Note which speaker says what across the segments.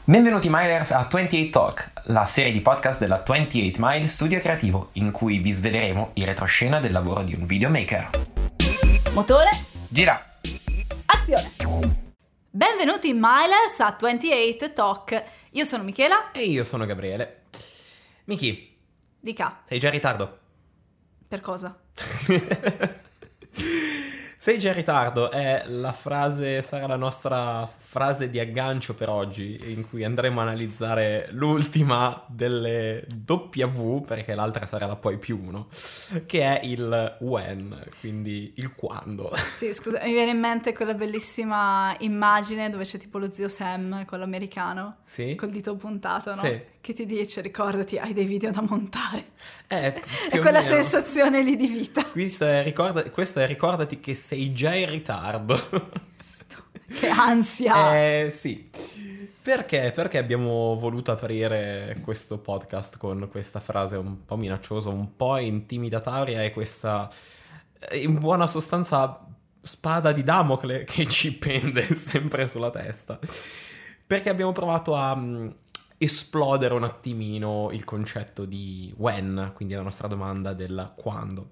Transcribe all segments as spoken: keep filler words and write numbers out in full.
Speaker 1: Benvenuti Milers a ventotto Talk, la serie di podcast della ventotto Mile Studio Creativo, in cui vi sveleremo il retroscena del lavoro di un videomaker.
Speaker 2: Motore.
Speaker 1: Gira.
Speaker 2: Azione. Benvenuti Milers a ventotto Talk. Io sono Michela.
Speaker 3: E io sono Gabriele. Miki,
Speaker 2: Dica.
Speaker 3: sei già in ritardo?
Speaker 2: Per cosa?
Speaker 3: Sei già in ritardo è la frase, sarà la nostra frase di aggancio per oggi, in cui andremo a analizzare l'ultima delle W, perché l'altra sarà la poi più uno, che è il when, quindi il quando.
Speaker 2: Sì, scusa, mi viene in mente quella bellissima immagine dove c'è tipo lo zio Sam, quello americano,
Speaker 3: Sì?
Speaker 2: col dito puntato, no?
Speaker 3: Sì.
Speaker 2: Che ti dice, ricordati, hai dei video da montare.
Speaker 3: Eh,
Speaker 2: È quella sensazione lì di vita.
Speaker 3: Questo è, ricorda, questo è ricordati che sei già in ritardo.
Speaker 2: Che ansia!
Speaker 3: Eh sì. Perché? Perché abbiamo voluto aprire questo podcast con questa frase un po' minacciosa, un po' intimidatoria e questa, in buona sostanza, spada di Damocle che ci pende sempre sulla testa. Perché abbiamo provato a um, esplodere un attimino il concetto di when, quindi la nostra domanda del quando.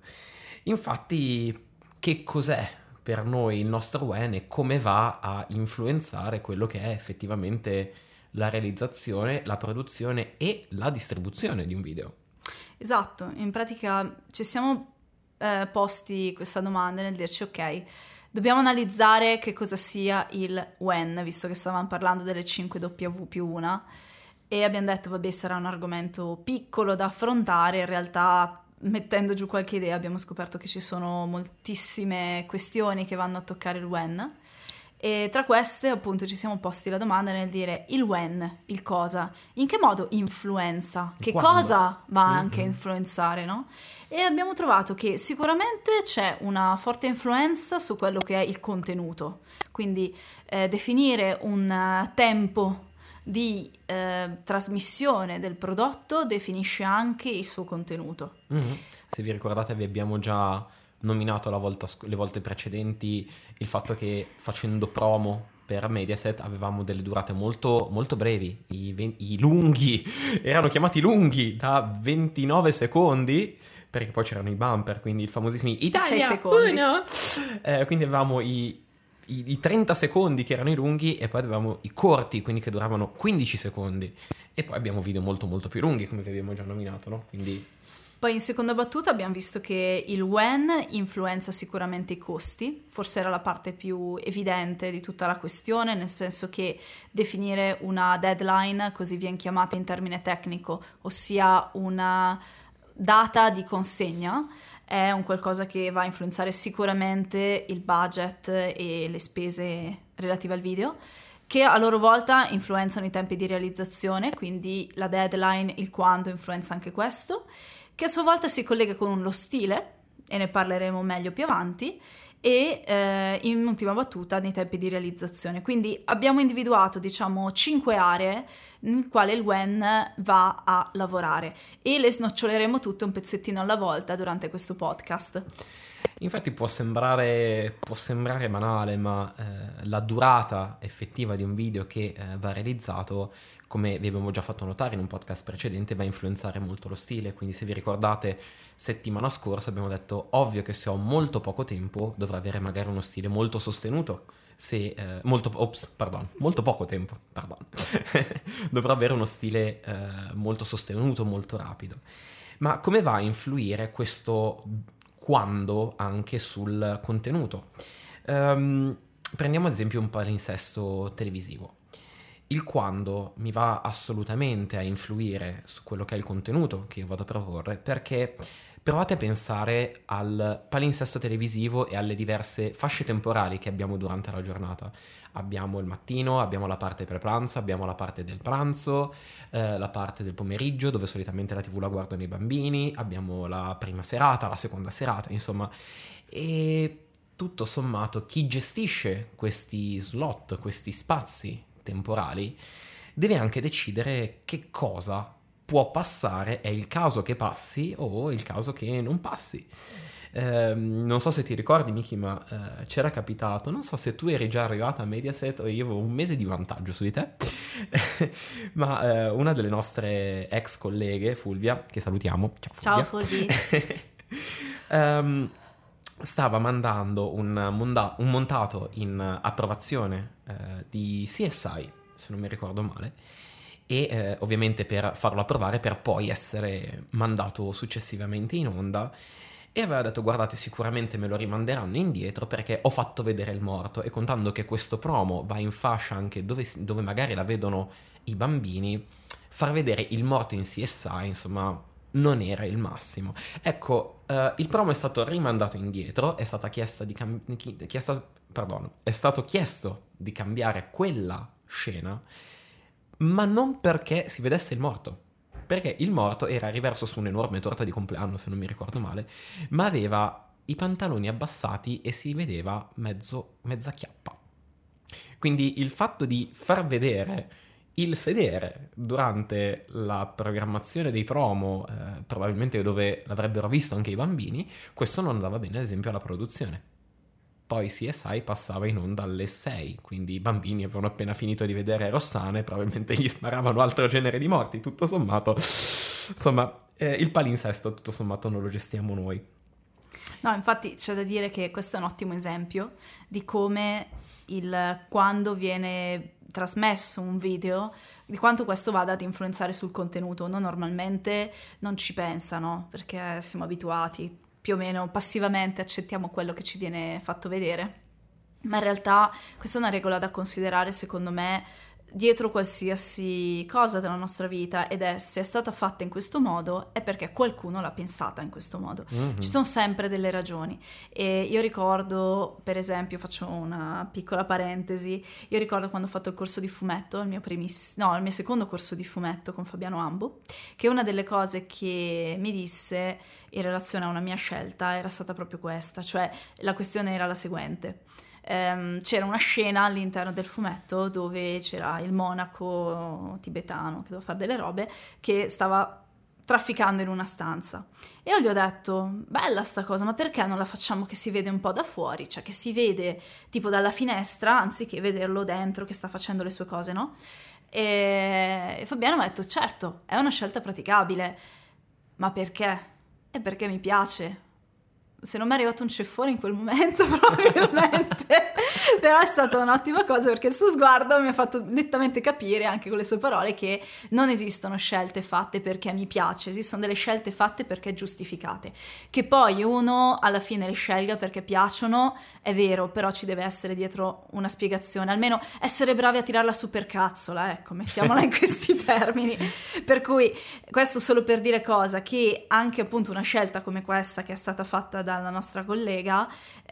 Speaker 3: Infatti, che cos'è per noi il nostro when e come va a influenzare quello che è effettivamente la realizzazione, la produzione e la distribuzione di un video.
Speaker 2: Esatto, in pratica ci siamo eh, posti questa domanda nel dirci ok, dobbiamo analizzare che cosa sia il when, visto che stavamo parlando delle cinque W più una, e abbiamo detto vabbè sarà un argomento piccolo da affrontare, in realtà mettendo giù qualche idea abbiamo scoperto che ci sono moltissime questioni che vanno a toccare il when, e tra queste appunto ci siamo posti la domanda nel dire il when, il cosa, in che modo influenza, che
Speaker 3: Quando?
Speaker 2: cosa va anche a
Speaker 3: Mm-hmm.
Speaker 2: influenzare, no? E abbiamo trovato che sicuramente c'è una forte influenza su quello che è il contenuto, quindi eh, definire un uh, tempo di eh, trasmissione del prodotto definisce anche il suo contenuto.
Speaker 3: Mm-hmm. Se vi ricordate vi abbiamo già nominato la volta, le volte precedenti il fatto che facendo promo per Mediaset avevamo delle durate molto, molto brevi, i, ven- i lunghi, erano chiamati lunghi da ventinove secondi, perché poi c'erano i bumper, quindi il famosissimo Italia
Speaker 2: sei secondi.
Speaker 3: uno! Eh, quindi avevamo i I, i trenta secondi che erano i lunghi e poi avevamo i corti, quindi che duravano quindici secondi, e poi abbiamo video molto molto più lunghi, come vi abbiamo già nominato, no? Quindi
Speaker 2: Poi in seconda battuta abbiamo visto che il when influenza sicuramente i costi, forse era la parte più evidente di tutta la questione, nel senso che definire una deadline, così viene chiamata in termine tecnico, ossia una data di consegna, è un qualcosa che va a influenzare sicuramente il budget e le spese relative al video, che a loro volta influenzano i tempi di realizzazione, quindi la deadline, il quando influenza anche questo, che a sua volta si collega con lo stile, e ne parleremo meglio più avanti, e eh, in ultima battuta nei tempi di realizzazione. Quindi abbiamo individuato, diciamo, cinque aree nel quale il when va a lavorare e le snoccioleremo tutte un pezzettino alla volta durante questo podcast.
Speaker 3: infatti può sembrare, può sembrare banale, ma eh, la durata effettiva di un video che eh, va realizzato, come vi abbiamo già fatto notare in un podcast precedente, va a influenzare molto lo stile. Quindi se vi ricordate, settimana scorsa abbiamo detto ovvio che se ho molto poco tempo dovrò avere magari uno stile molto sostenuto, se eh, molto, ops, pardon, molto poco tempo, pardon, dovrò avere uno stile eh, molto sostenuto, molto rapido. Ma come va a influire questo quando anche sul contenuto? Um, prendiamo ad esempio un palinsesto televisivo. Il quando mi va assolutamente a influire su quello che è il contenuto che io vado a proporre, perché provate a pensare al palinsesto televisivo e alle diverse fasce temporali che abbiamo durante la giornata. Abbiamo il mattino, abbiamo la parte pre-pranzo, abbiamo la parte del pranzo, eh, la parte del pomeriggio dove solitamente la tivù la guardano i bambini, abbiamo la prima serata, la seconda serata, insomma. E tutto sommato chi gestisce questi slot, questi spazi temporali, deve anche decidere che cosa può passare, è il caso che passi o il caso che non passi. Eh, non so se ti ricordi, Miki, ma eh, c'era capitato, non so se tu eri già arrivata a Mediaset o io avevo un mese di vantaggio su di te, ma eh, una delle nostre ex colleghe, Fulvia, che salutiamo, ciao Fulvia.
Speaker 2: Ciao Fulvia.
Speaker 3: um, stava mandando un, monda- un montato in approvazione eh, di C S I, se non mi ricordo male, e eh, ovviamente per farlo approvare per poi essere mandato successivamente in onda, e aveva detto: guardate, sicuramente me lo rimanderanno indietro perché ho fatto vedere il morto, e contando che questo promo va in fascia anche dove, dove magari la vedono i bambini, far vedere il morto in C S I insomma non era il massimo. Ecco, uh, il promo è stato rimandato indietro, è stata chiesta di cam- chiesto, perdono, è stato chiesto di cambiare quella scena, ma non perché si vedesse il morto, perché il morto era riverso su un'enorme torta di compleanno, se non mi ricordo male, ma aveva i pantaloni abbassati e si vedeva mezzo, mezza chiappa. Quindi il fatto di far vedere il sedere durante la programmazione dei promo, eh, probabilmente dove l'avrebbero visto anche i bambini, questo non andava bene ad esempio alla produzione. Poi C S I passava in onda alle sei, quindi i bambini avevano appena finito di vedere Rossana, probabilmente gli sparavano altro genere di morti, tutto sommato. Insomma, eh, il palinsesto tutto sommato non lo gestiamo noi.
Speaker 2: No, infatti c'è da dire che questo è un ottimo esempio di come il quando viene trasmesso un video, di quanto questo vada ad influenzare sul contenuto. Noi normalmente non ci pensano perché siamo abituati, più o meno passivamente accettiamo quello che ci viene fatto vedere, ma in realtà questa è una regola da considerare, secondo me, dietro qualsiasi cosa della nostra vita, ed è: se è stata fatta in questo modo è perché qualcuno l'ha pensata in questo modo. Mm-hmm. Ci sono sempre delle ragioni, e io ricordo, per esempio, faccio una piccola parentesi, io ricordo quando ho fatto il corso di fumetto, il mio primis- no, il mio secondo corso di fumetto con Fabiano Ambo, che una delle cose che mi disse in relazione a una mia scelta era stata proprio questa, cioè la questione era la seguente. Um, c'era una scena all'interno del fumetto dove c'era il monaco tibetano che doveva fare delle robe, che stava trafficando in una stanza, e io gli ho detto: bella sta cosa, ma perché non la facciamo che si vede un po' da fuori, cioè che si vede tipo dalla finestra anziché vederlo dentro che sta facendo le sue cose, no? E, e Fabiano mi ha detto: certo, è una scelta praticabile, ma perché? È perché mi piace. Se non mi è arrivato un ceffone in quel momento probabilmente, però è stata un'ottima cosa perché il suo sguardo mi ha fatto nettamente capire, anche con le sue parole, che non esistono scelte fatte perché mi piace, esistono delle scelte fatte perché giustificate. Che poi uno alla fine le scelga perché piacciono, è vero, però ci deve essere dietro una spiegazione, almeno essere bravi a tirarla su per cazzola, ecco, mettiamola in questi termini. Per cui questo solo per dire cosa, che anche appunto una scelta come questa che è stata fatta da dalla nostra collega,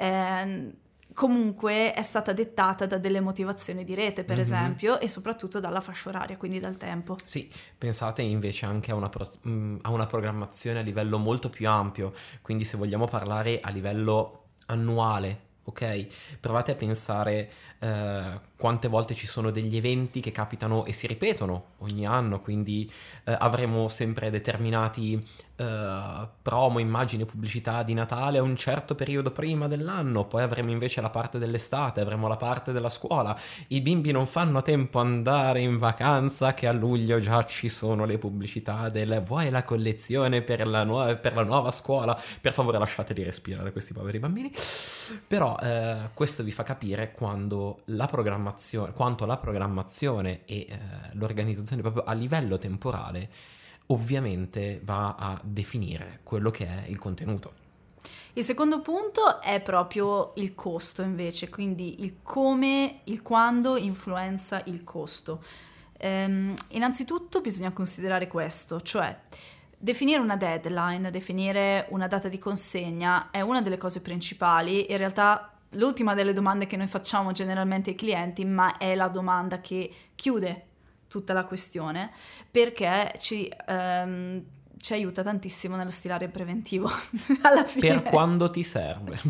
Speaker 2: eh, comunque è stata dettata da delle motivazioni di rete, per mm-hmm. esempio, e soprattutto dalla fascia oraria, quindi dal tempo.
Speaker 3: Sì, pensate invece anche a una, pro- a una programmazione a livello molto più ampio, quindi se vogliamo parlare a livello annuale, ok? Provate a pensare eh, quante volte ci sono degli eventi che capitano e si ripetono ogni anno, quindi eh, avremo sempre determinati eh, promo, immagini, pubblicità di Natale a un certo periodo prima dell'anno, poi avremo invece la parte dell'estate, avremo la parte della scuola, i bimbi non fanno a tempo andare in vacanza che a luglio già ci sono le pubblicità del vuoi la collezione per la, nu- per la nuova scuola, per favore lasciateli respirare questi poveri bambini. Però eh, questo vi fa capire quando la programmazione, quanto la programmazione e eh, l'organizzazione proprio a livello temporale ovviamente va a definire quello che è il contenuto.
Speaker 2: Il secondo punto è proprio il costo invece, quindi il come, il quando influenza il costo. Ehm, innanzitutto bisogna considerare questo, cioè definire una deadline, definire una data di consegna è una delle cose principali, in realtà l'ultima delle domande che noi facciamo generalmente ai clienti, ma è la domanda che chiude tutta la questione, perché ci, ehm, ci aiuta tantissimo nello stilare preventivo alla fine.
Speaker 3: Per quando ti serve.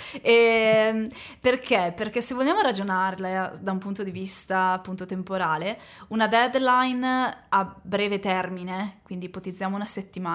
Speaker 2: E, perché? Perché se vogliamo ragionarla da un punto di vista appunto temporale, una deadline a breve termine, quindi ipotizziamo una settimana,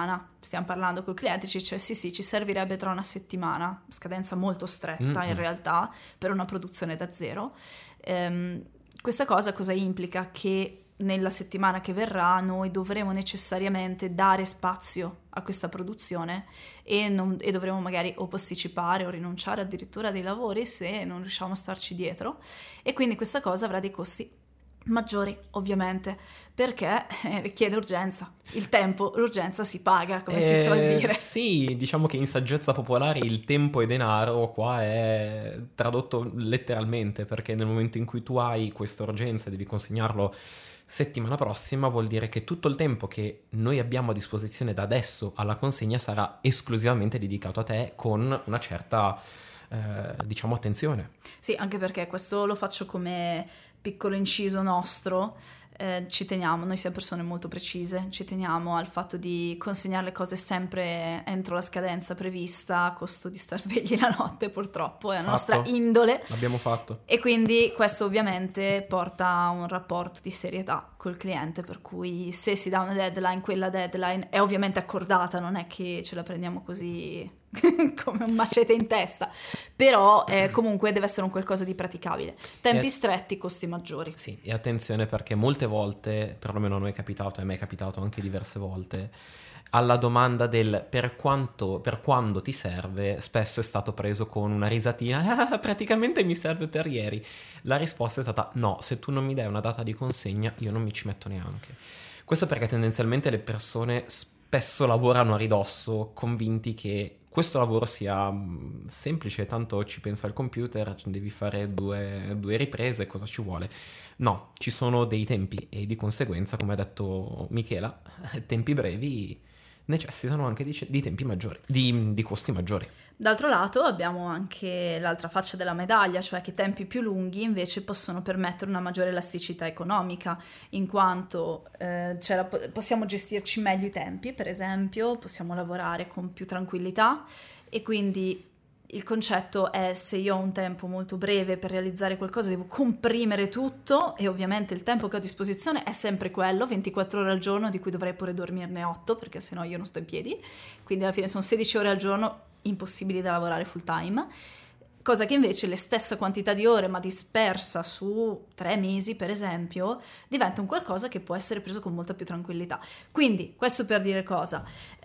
Speaker 2: stiamo parlando col cliente, ci dice sì sì, ci servirebbe tra una settimana, scadenza molto stretta
Speaker 3: Mm-mm.
Speaker 2: in realtà per una produzione da zero. Ehm, questa cosa cosa implica? Che nella settimana che verrà noi dovremo necessariamente dare spazio a questa produzione e, non, e dovremo magari o posticipare o rinunciare addirittura a dei lavori se non riusciamo a starci dietro, e quindi questa cosa avrà dei costi maggiori ovviamente, perché eh, richiede urgenza. Il tempo, l'urgenza si paga, come si suol
Speaker 3: Eh,
Speaker 2: dire.
Speaker 3: Sì, diciamo che in saggezza popolare il tempo è denaro qua è tradotto letteralmente, perché nel momento in cui tu hai questa urgenza e devi consegnarlo settimana prossima, vuol dire che tutto il tempo che noi abbiamo a disposizione da adesso alla consegna sarà esclusivamente dedicato a te, con una certa, eh, diciamo, attenzione.
Speaker 2: Sì, anche perché questo lo faccio come piccolo inciso nostro. Eh, ci teniamo, noi siamo persone molto precise, ci teniamo al fatto di consegnare le cose sempre entro la scadenza prevista, a costo di star svegli la notte, purtroppo, è la nostra
Speaker 3: Fatto.
Speaker 2: indole.
Speaker 3: L'abbiamo fatto.
Speaker 2: E quindi questo ovviamente porta a un rapporto di serietà col cliente, per cui se si dà una deadline, quella deadline è ovviamente accordata, non è che ce la prendiamo così come un macete in testa, però eh, comunque deve essere un qualcosa di praticabile. Tempi
Speaker 3: E-
Speaker 2: stretti, costi maggiori.
Speaker 3: Sì, e attenzione, perché molte volte, perlomeno a noi è capitato, e a me è capitato anche diverse volte, alla domanda del per quanto, per quando ti serve, spesso è stato preso con una risatina: "Ah, praticamente mi serve per ieri". La risposta è stata: no, se tu non mi dai una data di consegna io non mi ci metto neanche. Questo perché tendenzialmente le persone spesso lavorano a ridosso, convinti che questo lavoro sia mh, semplice, tanto ci pensa il computer, devi fare due, due riprese, cosa ci vuole? No, ci sono dei tempi e di conseguenza, come ha detto Michela, tempi brevi necessitano anche di, di tempi maggiori, di, di costi maggiori.
Speaker 2: D'altro lato abbiamo anche l'altra faccia della medaglia, cioè che tempi più lunghi invece possono permettere una maggiore elasticità economica, in quanto eh, c'è la- possiamo gestirci meglio i tempi, per esempio, possiamo lavorare con più tranquillità, e quindi il concetto è: se io ho un tempo molto breve per realizzare qualcosa, devo comprimere tutto, e ovviamente il tempo che ho a disposizione è sempre quello, ventiquattro ore al giorno, di cui dovrei pure dormirne otto, perché sennò io non sto in piedi, quindi alla fine sono sedici ore al giorno impossibili da lavorare full time, cosa che invece le stessa quantità di ore ma dispersa su tre mesi per esempio diventa un qualcosa che può essere preso con molta più tranquillità. Quindi questo per dire cosa?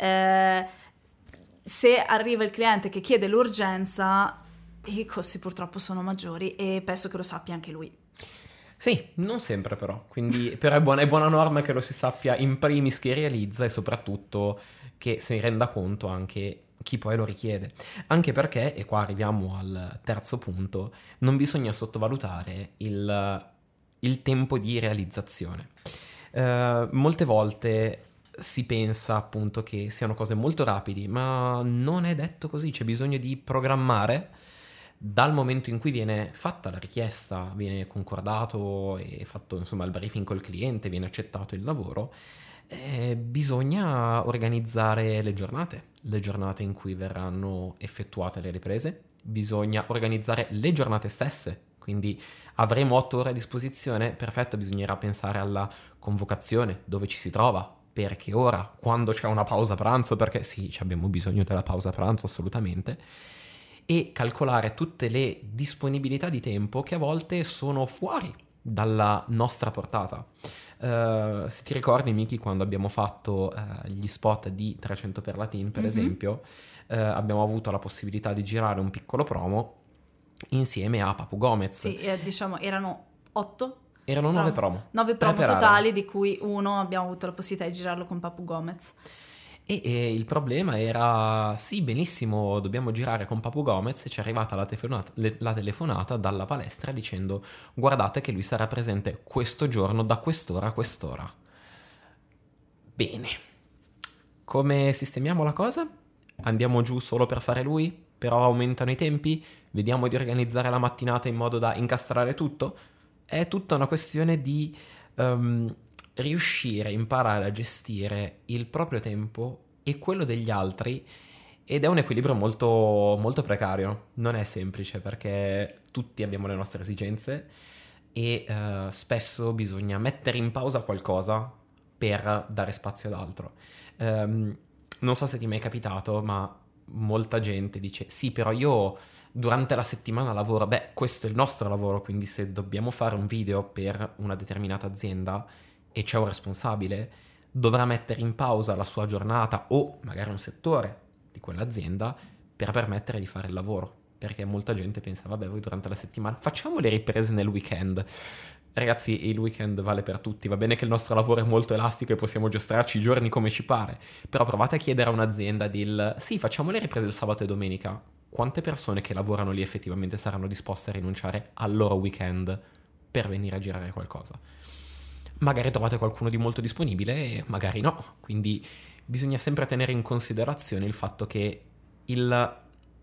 Speaker 2: Eh, se arriva il cliente che chiede l'urgenza, i costi purtroppo sono maggiori, e penso che lo sappia anche lui.
Speaker 3: Sì, non sempre però, quindi però è buona, è buona norma che lo si sappia in primis chi realizza, e soprattutto che se ne renda conto anche chi poi lo richiede. Anche perché, e qua arriviamo al terzo punto, non bisogna sottovalutare il, il tempo di realizzazione. Eh, molte volte si pensa appunto che siano cose molto rapidi, ma non è detto così, c'è bisogno di programmare dal momento in cui viene fatta la richiesta, viene concordato e fatto insomma il briefing col cliente, viene accettato il lavoro. Eh, bisogna organizzare le giornate, le giornate in cui verranno effettuate le riprese, bisogna organizzare le giornate stesse, quindi avremo otto ore a disposizione, perfetto, bisognerà pensare alla convocazione, dove ci si trova, perché ora, quando c'è una pausa pranzo, perché sì, ci abbiamo bisogno della pausa pranzo assolutamente, e calcolare tutte le disponibilità di tempo che a volte sono fuori dalla nostra portata. Uh, se ti ricordi, Miki, quando abbiamo fatto uh, gli spot di trecento per Latin, per
Speaker 2: Mm-hmm.
Speaker 3: esempio, uh, abbiamo avuto la possibilità di girare un piccolo promo insieme a Papu Gomez.
Speaker 2: Sì, eh, diciamo erano otto?
Speaker 3: Erano nove promo.
Speaker 2: Nove
Speaker 3: Tre
Speaker 2: promo
Speaker 3: per
Speaker 2: totali,
Speaker 3: area.
Speaker 2: di cui uno abbiamo avuto la possibilità di girarlo con Papu Gomez.
Speaker 3: E, e il problema era, sì, benissimo, dobbiamo girare con Papu Gomez, e ci è arrivata la telefonata, le- la telefonata dalla palestra dicendo: guardate che lui sarà presente questo giorno da quest'ora a quest'ora. Bene. Come sistemiamo la cosa? Andiamo giù solo per fare lui? Però aumentano i tempi? Vediamo di organizzare la mattinata in modo da incastrare tutto? È tutta una questione di um, riuscire a imparare a gestire il proprio tempo e quello degli altri, ed è un equilibrio molto, molto precario. Non è semplice, perché tutti abbiamo le nostre esigenze e uh, spesso bisogna mettere in pausa qualcosa per dare spazio ad altro. Um, Non so se ti è mai capitato, ma molta gente dice sì, però io durante la settimana lavoro. Beh, questo è il nostro lavoro, quindi se dobbiamo fare un video per una determinata azienda e c'è un responsabile, dovrà mettere in pausa la sua giornata o magari un settore di quell'azienda per permettere di fare il lavoro, perché molta gente pensa vabbè, voi durante la settimana facciamo le riprese nel weekend. Ragazzi, il weekend vale per tutti, va bene che il nostro lavoro è molto elastico e possiamo gestirci i giorni come ci pare, però provate a chiedere a un'azienda del sì, facciamo le riprese il sabato e domenica. Quante persone che lavorano lì effettivamente saranno disposte a rinunciare al loro weekend per venire a girare qualcosa? Magari trovate qualcuno di molto disponibile e magari no, quindi bisogna sempre tenere in considerazione il fatto che il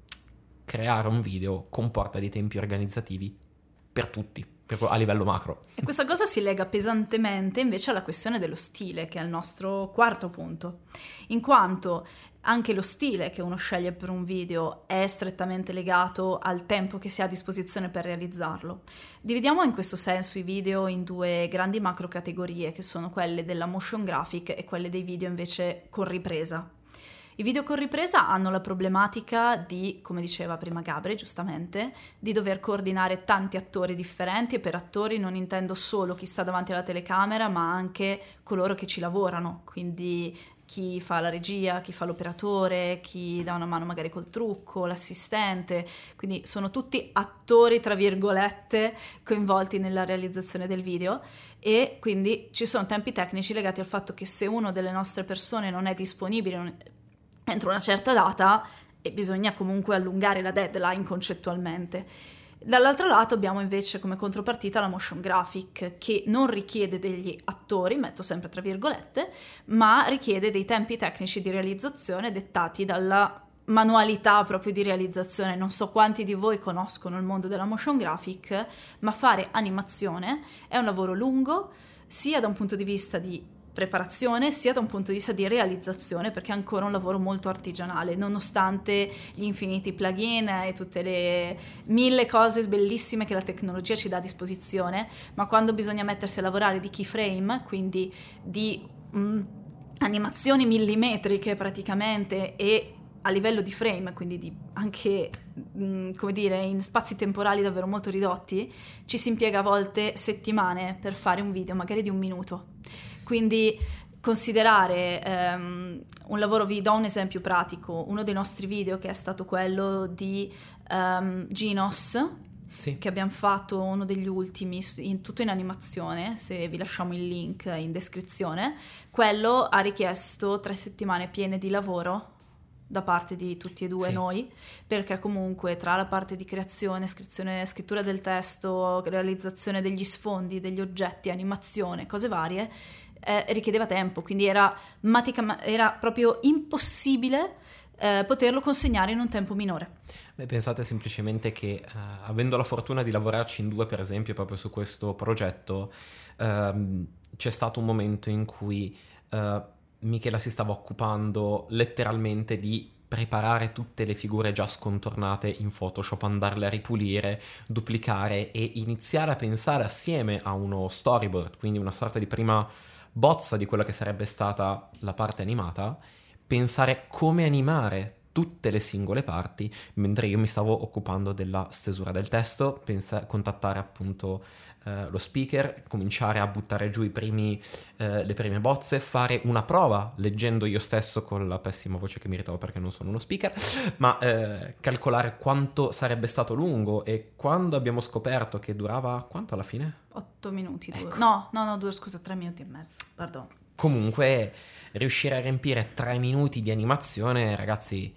Speaker 3: creare un video comporta dei tempi organizzativi per tutti, proprio a livello macro.
Speaker 2: E questa cosa si lega pesantemente invece alla questione dello stile, che è il nostro quarto punto, in quanto anche lo stile che uno sceglie per un video è strettamente legato al tempo che si ha a disposizione per realizzarlo. Dividiamo in questo senso i video in due grandi macro categorie, che sono quelle della motion graphic e quelle dei video invece con ripresa. I video con ripresa hanno la problematica di, come diceva prima Gabri, giustamente, di dover coordinare tanti attori differenti, e per attori non intendo solo chi sta davanti alla telecamera, ma anche coloro che ci lavorano, quindi chi fa la regia, chi fa l'operatore, chi dà una mano magari col trucco, l'assistente, quindi sono tutti attori tra virgolette coinvolti nella realizzazione del video, e quindi ci sono tempi tecnici legati al fatto che se uno delle nostre persone non è disponibile non è, entro una certa data, e bisogna comunque allungare la deadline concettualmente. Dall'altro lato abbiamo invece come contropartita la motion graphic, che non richiede degli attori, metto sempre tra virgolette, ma richiede dei tempi tecnici di realizzazione dettati dalla manualità proprio di realizzazione. Non so quanti di voi conoscono il mondo della motion graphic, ma fare animazione è un lavoro lungo, sia da un punto di vista di preparazione sia da un punto di vista di realizzazione, perché è ancora un lavoro molto artigianale, nonostante gli infiniti plugin e tutte le mille cose bellissime che la tecnologia ci dà a disposizione, ma quando bisogna mettersi a lavorare di keyframe, quindi di mh, animazioni millimetriche praticamente, e a livello di frame, quindi di anche mh, come dire in spazi temporali davvero molto ridotti, ci si impiega a volte settimane per fare un video magari di un minuto. Quindi considerare um, un lavoro, vi do un esempio pratico, uno dei nostri video che è stato quello di um, Genos, sì, che abbiamo fatto, uno degli ultimi, in, tutto in animazione, se vi lasciamo il link in descrizione. Quello ha richiesto tre settimane piene di lavoro da parte di tutti e due, sì, noi, perché comunque tra la parte di creazione, scrittura, scrittura del testo, realizzazione degli sfondi, degli oggetti, animazione, cose varie, eh, richiedeva tempo, quindi era, matica, era proprio impossibile eh, poterlo consegnare in un tempo minore.
Speaker 3: Beh, pensate semplicemente che eh, avendo la fortuna di lavorarci in due, per esempio, proprio su questo progetto, ehm, c'è stato un momento in cui eh, Michela si stava occupando letteralmente di preparare tutte le figure già scontornate in Photoshop, andarle a ripulire, duplicare e iniziare a pensare assieme a uno storyboard, quindi una sorta di prima bozza di quella che sarebbe stata la parte animata, pensare come animare tutte le singole parti, mentre io mi stavo occupando della stesura del testo, pensa, contattare appunto eh, lo speaker, cominciare a buttare giù i primi, eh, le prime bozze, fare una prova leggendo io stesso con la pessima voce che mi ritrovo perché non sono uno speaker, ma eh, calcolare quanto sarebbe stato lungo, e quando abbiamo scoperto che durava, quanto alla fine?
Speaker 2: Otto minuti,
Speaker 3: ecco.
Speaker 2: due. no, no, no, due, scusa, tre minuti e mezzo, perdono.
Speaker 3: Comunque riuscire a riempire tre minuti di animazione, ragazzi,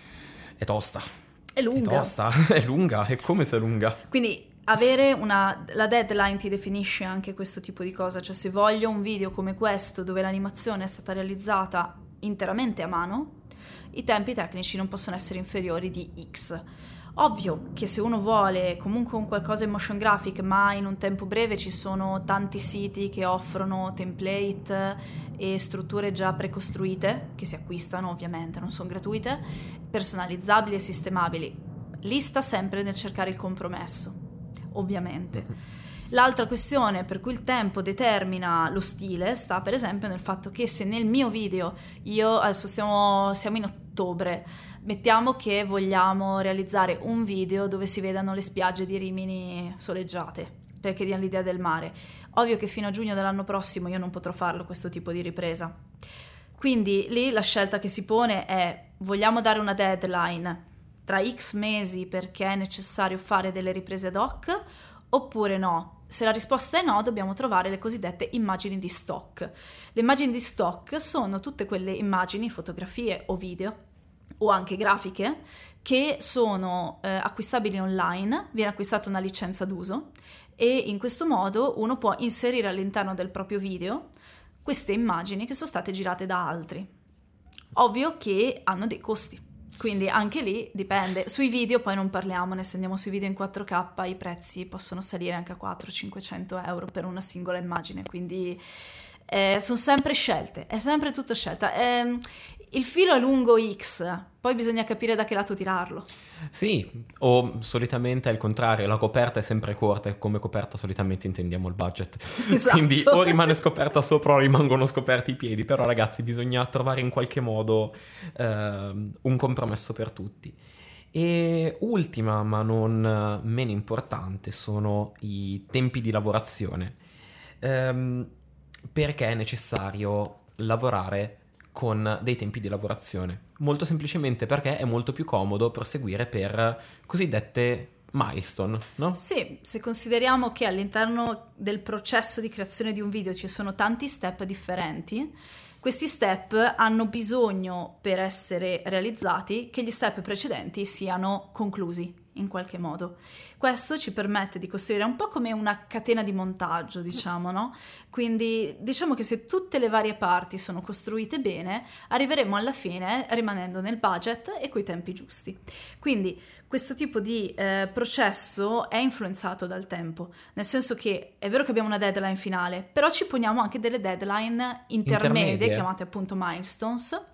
Speaker 3: è tosta.
Speaker 2: È lunga.
Speaker 3: È tosta, è lunga, è come se è lunga.
Speaker 2: Quindi avere una... la deadline ti definisce anche questo tipo di cosa, cioè se voglio un video come questo dove l'animazione è stata realizzata interamente a mano, i tempi tecnici non possono essere inferiori di X. Ovvio che se uno vuole comunque un qualcosa in motion graphic ma in un tempo breve, ci sono tanti siti che offrono template e strutture già precostruite che si acquistano, ovviamente non sono gratuite, personalizzabili e sistemabili. Lì sta sempre nel cercare il compromesso, ovviamente. L'altra questione per cui il tempo determina lo stile sta per esempio nel fatto che se nel mio video, io adesso stiamo, siamo in ottobre, mettiamo che vogliamo realizzare un video dove si vedano le spiagge di Rimini soleggiate, perché diano l'idea del mare. Ovvio che fino a giugno dell'anno prossimo io non potrò farlo questo tipo di ripresa. Quindi lì la scelta che si pone è: vogliamo dare una deadline tra X mesi perché è necessario fare delle riprese ad hoc, oppure no? Se la risposta è no, dobbiamo trovare le cosiddette immagini di stock. Le immagini di stock sono tutte quelle immagini, fotografie o video, o anche grafiche, che sono eh, acquistabili online, viene acquistata una licenza d'uso e in questo modo uno può inserire all'interno del proprio video queste immagini che sono state girate da altri. Ovvio che hanno dei costi. Quindi anche lì dipende. Sui video poi non parliamone, se andiamo sui video in quattro K i prezzi possono salire anche a quattrocento cinquecento euro per una singola immagine, quindi eh, sono sempre scelte, è sempre tutto scelta. Eh, il filo è lungo X, poi bisogna capire da che lato tirarlo.
Speaker 3: Sì, o solitamente al contrario, la coperta è sempre corta e come coperta solitamente intendiamo il budget.
Speaker 2: Esatto.
Speaker 3: Quindi o rimane scoperta sopra o rimangono scoperti i piedi, però ragazzi bisogna trovare in qualche modo eh, un compromesso per tutti. E ultima ma non meno importante sono i tempi di lavorazione, ehm, perché è necessario lavorare con dei tempi di lavorazione, molto semplicemente perché è molto più comodo proseguire per cosiddette milestone, no?
Speaker 2: Sì, se consideriamo che all'interno del processo di creazione di un video ci sono tanti step differenti, questi step hanno bisogno, per essere realizzati, che gli step precedenti siano conclusi in qualche modo. Questo ci permette di costruire un po' come una catena di montaggio, diciamo, no? Quindi diciamo che se tutte le varie parti sono costruite bene, arriveremo alla fine rimanendo nel budget e coi tempi giusti. Quindi questo tipo di eh, processo è influenzato dal tempo, nel senso che è vero che abbiamo una deadline finale, però ci poniamo anche delle deadline intermedie,
Speaker 3: Intermedie.
Speaker 2: chiamate appunto milestones,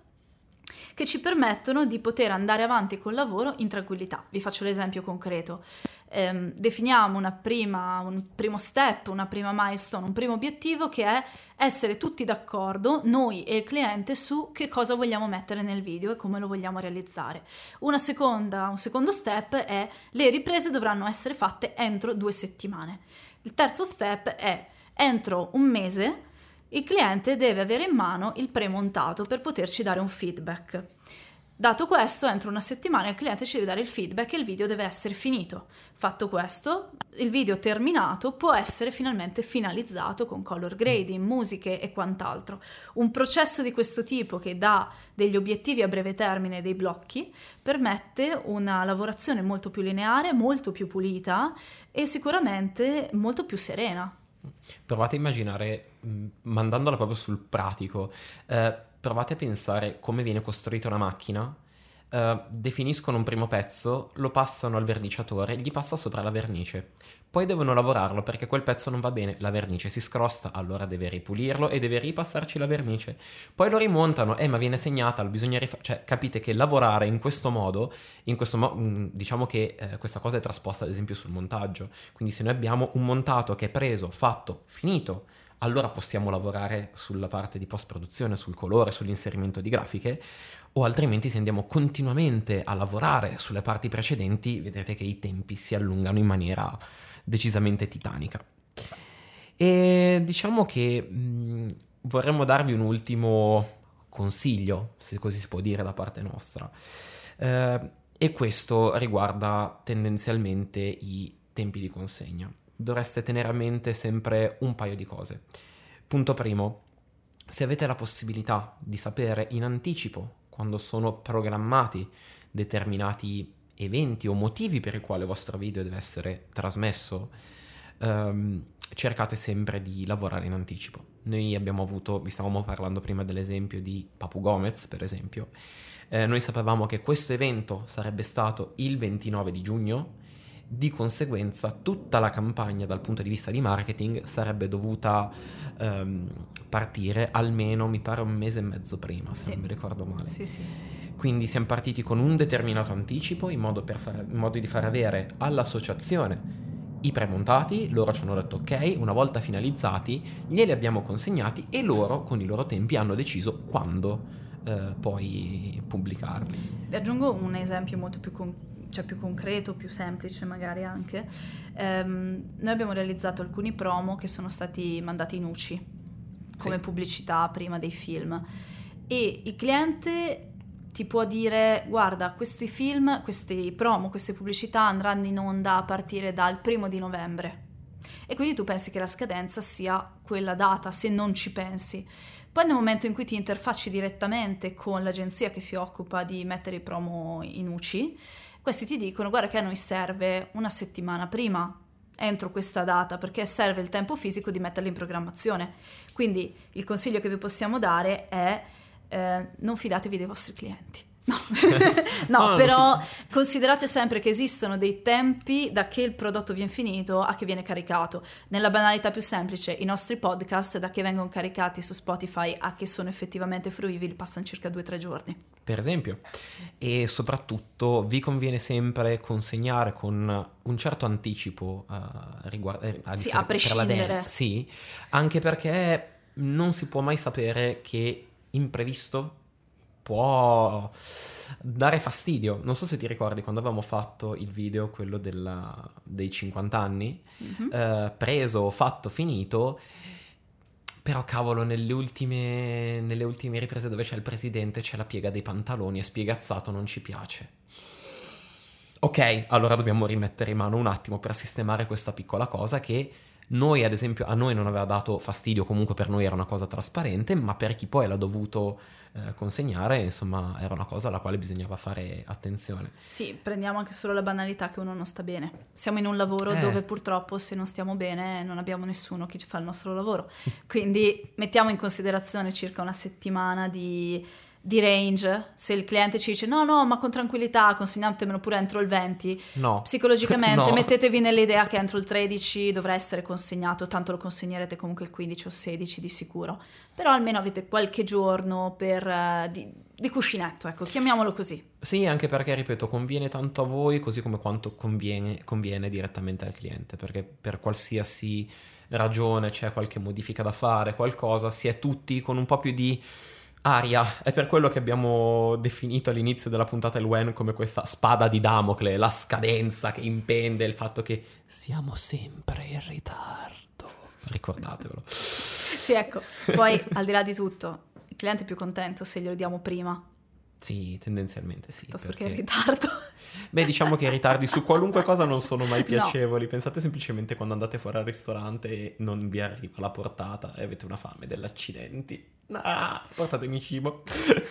Speaker 2: che ci permettono di poter andare avanti col lavoro in tranquillità. Vi faccio l'esempio concreto. Ehm, definiamo una prima, un primo step, una prima milestone, un primo obiettivo che è essere tutti d'accordo, noi e il cliente, su che cosa vogliamo mettere nel video e come lo vogliamo realizzare. Una seconda, un secondo step è: le riprese dovranno essere fatte entro due settimane. Il terzo step è: entro un mese il cliente deve avere in mano il premontato per poterci dare un feedback. Dato questo, entro una settimana il cliente ci deve dare il feedback e il video deve essere finito. Fatto questo, il video terminato può essere finalmente finalizzato con color grading, musiche e quant'altro. Un processo di questo tipo, che dà degli obiettivi a breve termine e dei blocchi, permette una lavorazione molto più lineare, molto più pulita e sicuramente molto più serena.
Speaker 3: Provate a immaginare, mh, mandandola proprio sul pratico, eh, provate a pensare come viene costruita una macchina. eh, definiscono un primo pezzo, lo passano al verniciatore, gli passa sopra la vernice, poi devono lavorarlo perché quel pezzo non va bene, la vernice si scrosta, allora deve ripulirlo e deve ripassarci la vernice, poi lo rimontano, eh ma viene segnata, bisogna rifare, cioè capite che lavorare in questo modo, in questo mo- diciamo che eh, questa cosa è trasposta ad esempio sul montaggio, quindi se noi abbiamo un montato che è preso, fatto, finito, allora possiamo lavorare sulla parte di post-produzione, sul colore, sull'inserimento di grafiche, o altrimenti se andiamo continuamente a lavorare sulle parti precedenti, vedrete che i tempi si allungano in maniera decisamente titanica. E diciamo che mh, vorremmo darvi un ultimo consiglio, se così si può dire da parte nostra, eh, e questo riguarda tendenzialmente i tempi di consegna. Dovreste tenere a mente sempre un paio di cose. Punto primo: se avete la possibilità di sapere in anticipo quando sono programmati determinati eventi o motivi per i quali il vostro video deve essere trasmesso, ehm, cercate sempre di lavorare in anticipo. Noi abbiamo avuto, vi stavamo parlando prima dell'esempio di Papu Gomez, per esempio, eh, noi sapevamo che questo evento sarebbe stato il ventinove di giugno, di conseguenza tutta la campagna dal punto di vista di marketing sarebbe dovuta ehm, partire almeno, mi pare, un mese e mezzo prima, se
Speaker 2: sì.
Speaker 3: non mi ricordo male.
Speaker 2: Sì, sì.
Speaker 3: Quindi siamo partiti con un determinato anticipo in modo, per far, in modo di far avere all'associazione i premontati, loro ci hanno detto ok, una volta finalizzati glieli abbiamo consegnati e loro con i loro tempi hanno deciso quando eh, poi pubblicarli.
Speaker 2: Vi aggiungo un esempio molto più, con- cioè più concreto, più semplice magari anche. Ehm, noi abbiamo realizzato alcuni promo che sono stati mandati in U C I come
Speaker 3: Sì.
Speaker 2: pubblicità prima dei film, e il cliente ti può dire guarda, questi film, questi promo, queste pubblicità andranno in onda a partire dal primo di novembre, e quindi tu pensi che la scadenza sia quella data, se non ci pensi. Poi nel momento in cui ti interfacci direttamente con l'agenzia che si occupa di mettere i promo in U C I, questi ti dicono guarda che a noi serve una settimana prima, entro questa data, perché serve il tempo fisico di metterli in programmazione. Quindi il consiglio che vi possiamo dare è eh, non fidatevi dei vostri clienti. No, no,
Speaker 3: No,
Speaker 2: però considerate sempre che esistono dei tempi da che il prodotto viene finito a che viene caricato. Nella banalità più semplice, i nostri podcast da che vengono caricati su Spotify a che sono effettivamente fruibili passano circa due o tre giorni.
Speaker 3: Per esempio, e soprattutto vi conviene sempre consegnare con un certo anticipo uh, riguardo eh, a,
Speaker 2: Sì,
Speaker 3: per,
Speaker 2: a prescindere.
Speaker 3: per la den- sì, anche perché non si può mai sapere che imprevisto può dare fastidio. Non so se ti ricordi quando avevamo fatto il video, quello della, dei cinquanta anni,
Speaker 2: Mhm.
Speaker 3: eh, preso, fatto, finito. Però cavolo, nelle ultime, nelle ultime riprese dove c'è il presidente c'è la piega dei pantaloni, è spiegazzato, non ci piace. Ok, allora dobbiamo rimettere in mano un attimo per sistemare questa piccola cosa che noi, ad esempio, a noi non aveva dato fastidio, comunque per noi era una cosa trasparente, ma per chi poi l'ha dovuto eh, consegnare, insomma, era una cosa alla quale bisognava fare attenzione.
Speaker 2: Sì, prendiamo anche solo la banalità che uno non sta bene. Siamo in un lavoro
Speaker 3: Eh.
Speaker 2: dove purtroppo se non stiamo bene non abbiamo nessuno che ci fa il nostro lavoro. Quindi mettiamo in considerazione circa una settimana di, di range. Se il cliente ci dice no, no, ma con tranquillità, consegnatemelo pure entro il venti,
Speaker 3: No.
Speaker 2: psicologicamente
Speaker 3: No.
Speaker 2: mettetevi nell'idea che entro il tredici dovrà essere consegnato, tanto lo consegnerete comunque il quindici o sedici di sicuro. Però almeno avete qualche giorno per, eh, di, di cuscinetto, ecco, chiamiamolo così.
Speaker 3: Sì, anche perché, ripeto, conviene tanto a voi così come quanto conviene, conviene direttamente al cliente, perché per qualsiasi ragione c'è qualche modifica da fare, qualcosa, si è tutti con un po' più di aria. È per quello che abbiamo definito all'inizio della puntata il W E N come questa spada di Damocle, la scadenza che impende il fatto che siamo sempre in ritardo. Ricordatevelo.
Speaker 2: Sì, ecco, poi al di là di tutto, il cliente è più contento se glielo diamo prima,
Speaker 3: Sì, tendenzialmente sì.
Speaker 2: piuttosto che
Speaker 3: perché-
Speaker 2: in ritardo.
Speaker 3: Beh, diciamo che i ritardi su qualunque cosa non sono mai piacevoli. Pensate semplicemente quando andate fuori al ristorante e non vi arriva la portata e avete una fame dell'accidenti. Ah, portatemi cibo.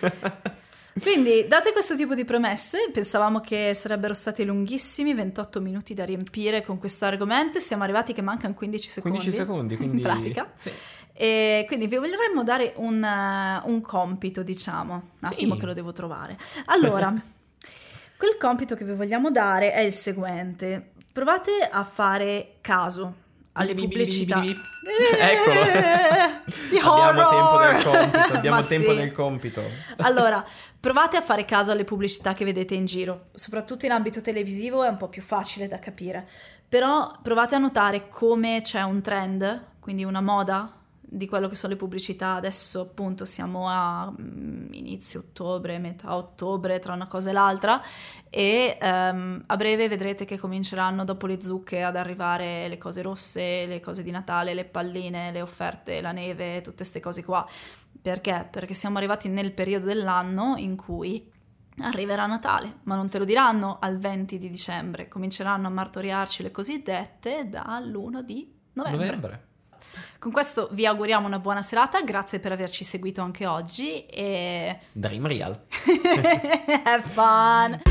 Speaker 2: Quindi, date questo tipo di premesse, pensavamo che sarebbero stati lunghissimi, ventotto minuti da riempire con questo argomento, e siamo arrivati che mancano quindici secondi.
Speaker 3: quindici secondi, quindi...
Speaker 2: In pratica.
Speaker 3: Sì.
Speaker 2: E quindi vi vorremmo dare un, uh, un compito, diciamo, un
Speaker 3: Sì.
Speaker 2: attimo che lo devo trovare. Allora, quel compito che vi vogliamo dare è il seguente: provate a fare caso alle
Speaker 3: Bili, bili,
Speaker 2: pubblicità.
Speaker 3: bili, bili, bili. Eccolo.
Speaker 2: Di
Speaker 3: Abbiamo tempo
Speaker 2: horror!
Speaker 3: del compito. Abbiamo
Speaker 2: Ma
Speaker 3: tempo
Speaker 2: sì.
Speaker 3: del compito.
Speaker 2: Allora, provate a fare caso alle pubblicità che vedete in giro, soprattutto in ambito televisivo è un po' più facile da capire, però provate a notare come c'è un trend, quindi una moda di quello che sono le pubblicità. Adesso appunto siamo a mm, inizio ottobre, metà ottobre, tra una cosa e l'altra, e ehm, a breve vedrete che cominceranno dopo le zucche ad arrivare le cose rosse, le cose di Natale, le palline, le offerte, la neve, tutte queste cose qua. Perché? Perché siamo arrivati nel periodo dell'anno in cui arriverà Natale, ma non te lo diranno al venti di dicembre, cominceranno a martoriarci le cosiddette dall'primo di novembre.
Speaker 3: Novembre.
Speaker 2: Con questo vi auguriamo una buona serata, grazie per averci seguito anche oggi e
Speaker 3: Dream Real.
Speaker 2: have fun!